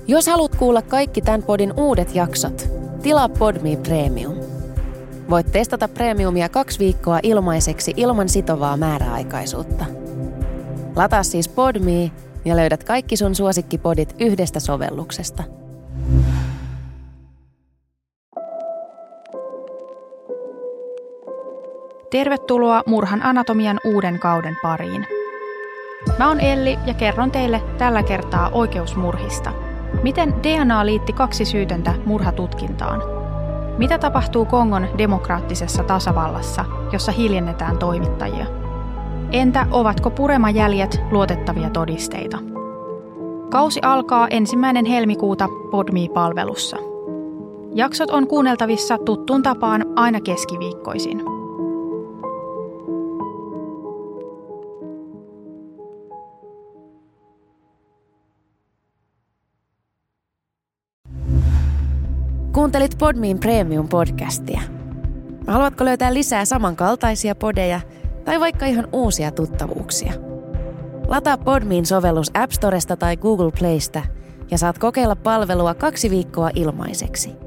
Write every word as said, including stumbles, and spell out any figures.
Jos haluat kuulla kaikki tämän podin uudet jaksot, tilaa Podme Premium. Voit testata Premiumia kaksi viikkoa ilmaiseksi ilman sitovaa määräaikaisuutta. Lataa siis Podme ja löydät kaikki sun suosikkipodit yhdestä sovelluksesta. Tervetuloa Murhan anatomian uuden kauden pariin. Mä oon Elli ja kerron teille tällä kertaa oikeusmurhista. Miten D N A liitti kaksi syytöntä murhatutkintaan? Mitä tapahtuu Kongon demokraattisessa tasavallassa, jossa hiljennetään toimittajia? Entä ovatko Purema-jäljet luotettavia todisteita? Kausi alkaa ensimmäinen helmikuuta Podme-palvelussa. Jaksot on kuunneltavissa tuttuun tapaan aina keskiviikkoisin. Kuuntelit Podmen Premium-podcastia. Haluatko löytää lisää samankaltaisia podeja tai vaikka ihan uusia tuttavuuksia? Lataa Podmen sovellus App Storesta tai Google Playsta ja saat kokeilla palvelua kaksi viikkoa ilmaiseksi.